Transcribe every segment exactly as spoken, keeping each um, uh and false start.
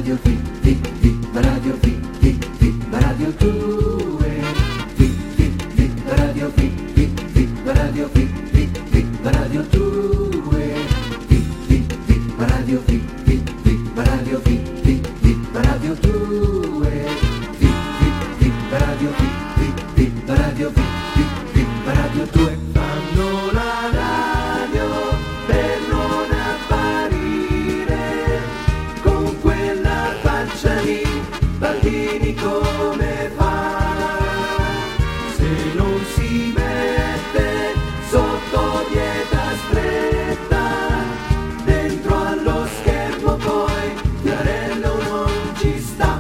Radio Fi, Fi, Fi, Radio Fi, Fi, Fi, Radio due. Fi, Fi, Fi, Radio Fi, Fi, Fi, Radio Fi, Fi, Fi, Radio due. Fi, Fi, Fi, Radio Fi, Fi, Fi, Radio Fi, Fi, Fi, Radio due. Fi, Fi, Fi, Radio Fi, Fi, Fi, Radio Fi, Fi, Fi, Radio due. Fanno la radio per non apparire con quella faccia lì, Baldini come fa? Se non si mette sotto dieta stretta, dentro allo schermo poi Fiorello non ci sta.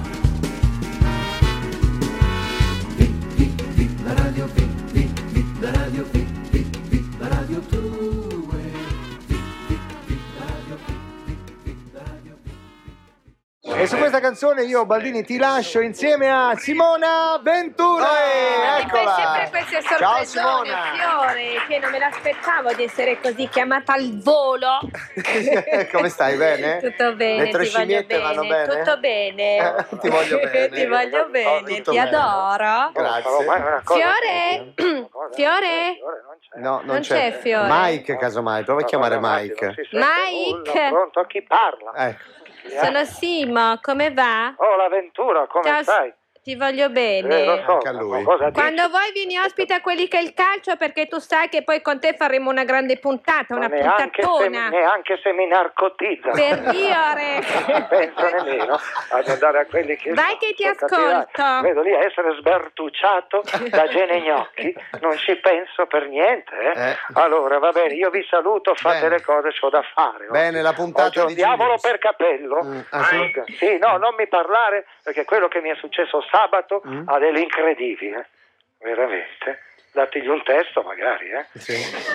Fi, fi, fi, la radio fi, fi, fi, la radio fi, fi, fi, la radio due. Fi, fi, fi, la radio fi, fi, fi, la radio fi. E su questa canzone io, Baldini, ti lascio insieme a Simona Ventura. Eh, E poi eccola. sempre queste Ciao sorpresone, Simona. Fiore, che non me l'aspettavo di essere così chiamata al volo. Come stai? Bene? Tutto bene, Le tre ti voglio scimmiette vanno bene? Tutto bene. Eh, ti voglio bene. Ti voglio bene, Tutto ti bene. adoro. Grazie. Fiore? Fiore? No, non, Non c'è Fiore. Mike, casomai, prova a chiamare Mike. Mike? Pronto, chi parla? Ecco. Sono Simo, come va? Oh, l'avventura, come Ciao, stai? ti voglio Eh, lo bene. so, Anche a lui. ma cosa dici? Quando vuoi vieni ospite a quelli che è il calcio, perché tu sai che poi con te faremo una grande puntata, Ma una neanche se, puntatona. neanche se mi narcotizza. Per Diore. Non penso nemmeno ad andare a quelli che Vai so- che ti so ascolto. cattivari. Vedo lì essere sbertucciato da Gene Gnocchi, non ci penso per niente. Eh? Eh. Allora, va bene, io vi saluto, fate Bene. le cose, c'ho da fare. Bene, la puntata Oggi ho un di diavolo Genius. per capello. Mm, ah, sì? Sì, no, non mi parlare, perché quello che mi è successo sabato Mm. ha dell'incredibile, veramente. Dategli un testo magari, eh? Sì.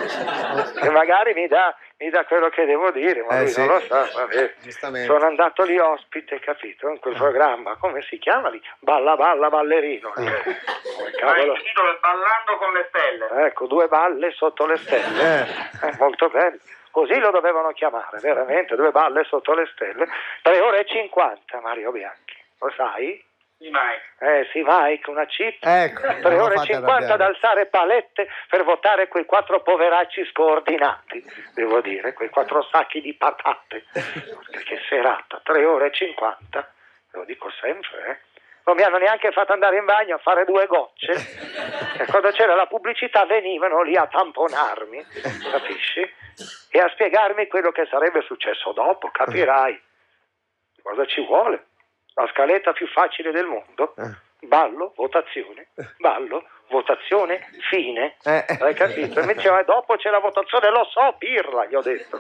E magari mi dà, mi dà quello che devo dire, ma Eh, lui sì. non lo sa. Vabbè. Giustamente. Sono andato lì ospite, capito? In quel programma, come si chiama lì? Balla balla ballerino. Lì. Eh. Come cavolo. il titolo è Ballando con le stelle. Ecco, due balle sotto le stelle. Eh. Eh, molto bello. Così lo dovevano chiamare, veramente, due balle sotto le stelle. tre ore e cinquanta, Mario Bianchi. Lo sai? Sì, Mike. Eh sì, Mike, una chip. Ecco. tre non lo ore e fate cinquanta ad arrabbiare. alzare palette per votare quei quattro poveracci scordinati, devo dire, quei quattro sacchi di patate. Che serata, tre ore e cinquanta, lo dico sempre, eh. Non mi hanno neanche fatto andare in bagno a fare due gocce. E quando c'era la pubblicità venivano lì a tamponarmi, capisci? E a spiegarmi quello che sarebbe successo dopo, capirai. Cosa ci vuole? La scaletta più facile del mondo. Ballo, votazione, ballo, votazione, fine. Eh. Hai capito? E mi diceva, dopo c'è la votazione, lo so, pirla, gli ho detto.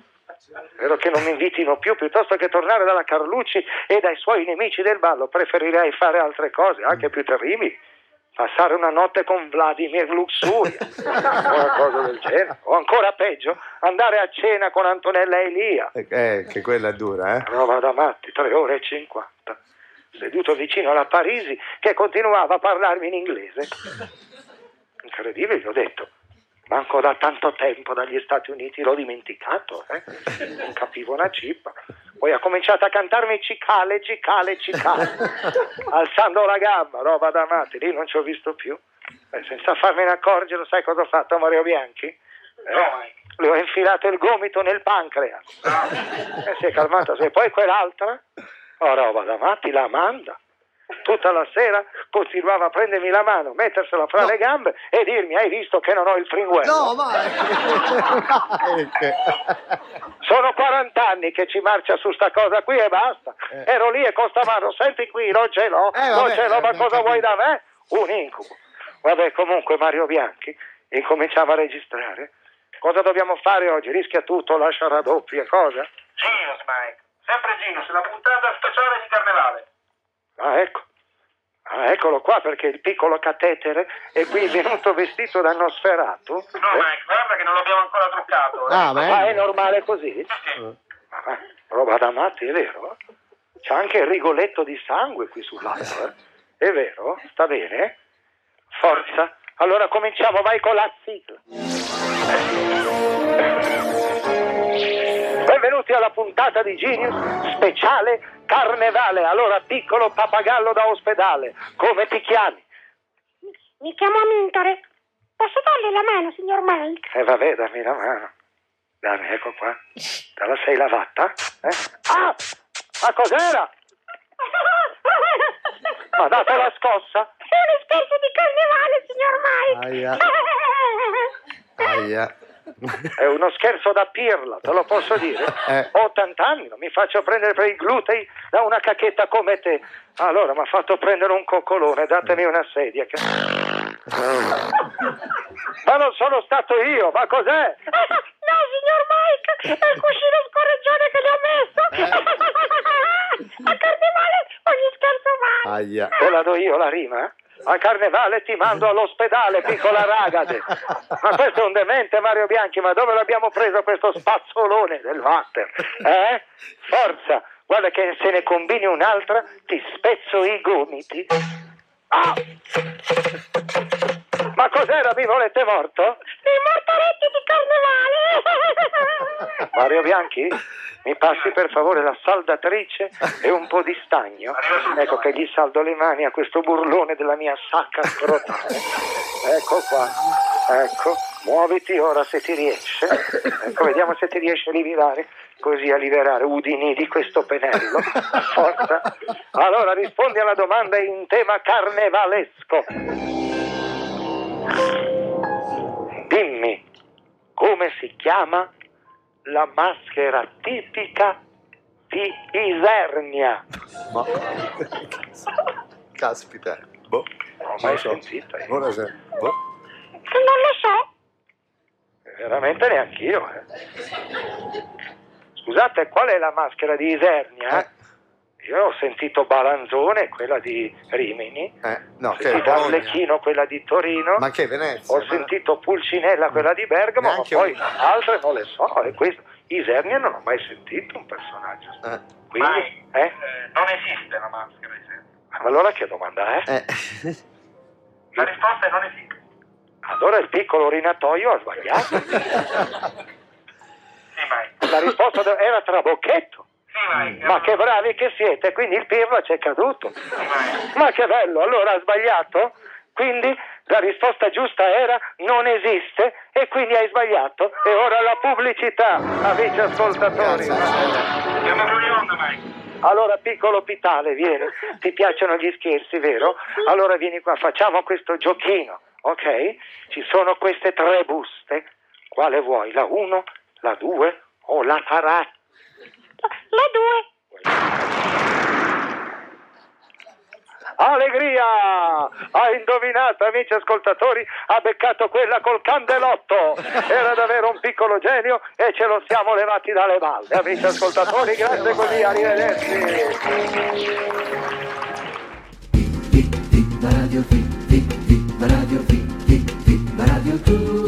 Spero che non mi invitino più, piuttosto che tornare dalla Carlucci e dai suoi nemici del ballo, preferirei fare altre cose, anche più terribili. Passare una notte con Vladimir Luxuria, una cosa del genere. O ancora peggio, andare a cena con Antonella Elia. Eh, che quella è dura, eh? Roba da matti, tre ore e cinquanta. Seduto vicino alla Parisi che continuava a parlarmi in inglese. Incredibile, gli ho detto. Manco da tanto tempo dagli Stati Uniti, l'ho dimenticato, eh? Non capivo una cippa. Poi ha cominciato a cantarmi cicale, cicale, cicale, alzando la gamba, roba da matti, lì non ci ho visto più. Eh, senza farmene accorgere, sai cosa ho fatto, Mario Bianchi? Eh, No, Mike. le ho infilato il gomito nel pancreas. E si è calmata. E poi quell'altra, oh, roba da matti, la manda. Tutta la sera continuava a prendermi la mano, mettersela fra No. le gambe e dirmi: hai visto che non ho il fringuello? No, ma... Sono quaranta anni che ci marcia su sta cosa qui e basta. Eh. Ero lì e con sta mano, senti qui, non ce l'ho, Eh, non vabbè, ce l'ho, ma abbiamo cosa vuoi capito. da me? Un incubo. Vabbè, comunque Mario Bianchi incominciava a registrare. Cosa dobbiamo fare oggi? Rischia tutto, lascia raddoppie, cosa? Genius, Mike. Sempre Genius, la puntata speciale di Carnevale. Ah, ecco. Ah, eccolo qua, perché il piccolo catetere è qui venuto vestito da Nosferatu. No, Eh? Mike, guarda che non l'abbiamo ancora truccato. eh. Ah, ma Ma è... è normale così? Sì, sì. Ah, roba da matti, è vero? C'è anche il rigoletto di sangue qui sul lato, eh? È vero? Sta bene? Forza. Allora cominciamo, vai con la sigla. Benvenuti alla puntata di Genius speciale Carnevale. Allora, piccolo pappagallo da ospedale, come ti chiami? Mi chiamo Amintore. Posso darle la mano, signor Mike? Eh vabbè, dammi la mano. Dammi, ecco qua. Te la sei lavata? Eh? Ah! Ma cos'era? Ma date la scossa? È uno scherzo di carnevale, signor Mike. Aia. Aia. È uno scherzo da pirla, te lo posso dire. Eh. Ho ottanta anni, non mi faccio prendere per i glutei da una cacchetta come te. Allora mi ha fatto prendere un coccolone, datemi una sedia. Che... Ma non sono stato io, ma cos'è? No, signor Mike, è il cuscino scorreggione che le ho messo. A carnevale ogni scherzo vale. Aia. Te la do io la rima? A Carnevale ti mando all'ospedale, piccola ragazze. Ma questo è un demente, Mario Bianchi, ma dove l'abbiamo preso questo spazzolone del water? Eh? Forza, guarda che se ne combini un'altra ti spezzo i gomiti. Ah! Ma cos'era, mi volete morto? I mortaretti di carnevale. Mario Bianchi, mi passi per favore la saldatrice e un po' di stagno? Ecco che gli saldo le mani a questo burlone della mia sacca scrotale. Ecco qua, ecco, muoviti ora se ti riesce. Ecco, vediamo se ti riesce a liberare, così a liberare Udini di questo penello. Forza. Allora rispondi alla domanda in tema carnevalesco. Dimmi, come si chiama la maschera tipica di Isernia? Ma... Caspita. Boh. Non ho Non mai lo so. sentita. io. Ora se... Boh. Non lo so. Veramente neanch'io. Eh. Scusate, qual è la maschera di Isernia? Eh. Io ho sentito Balanzone, quella di Rimini. Eh, no, Ho che sentito Bologna. Arlecchino, quella di Torino. Ma che Venezia? Ho ma- sentito Pulcinella, quella di Bergamo, Neanche ma poi una. altre non le so. E questo, Isernia non ho mai sentito un personaggio. Eh. Quindi, Mai. eh? Eh, non esiste la maschera di Isernia. Ma allora che domanda è? Eh. La risposta è non esiste. Allora il piccolo orinatoio ha sbagliato. Sì, Mike. La risposta do- era Trabocchetto. Sì, Mike. Ma che bravi che siete, quindi il pirla c'è caduto. Sì, Mike. Ma che bello, allora ha sbagliato? Quindi la risposta giusta era non esiste e quindi hai sbagliato. E ora la pubblicità, amici ascoltatori. Siamo fuori onda, Mike. Allora piccolo Pitale, vieni, ti piacciono gli scherzi, vero? Allora vieni qua, facciamo questo giochino, ok? Ci sono queste tre buste, quale vuoi? La uno, la due o la tre? La due. Allegria! Ha indovinato, amici ascoltatori, ha beccato quella col candelotto. Era davvero un piccolo genio e ce lo siamo levati dalle balle. Amici ascoltatori, grazie così, arrivederci. Viva Radio, viva Radio, viva Radio, viva Radio due.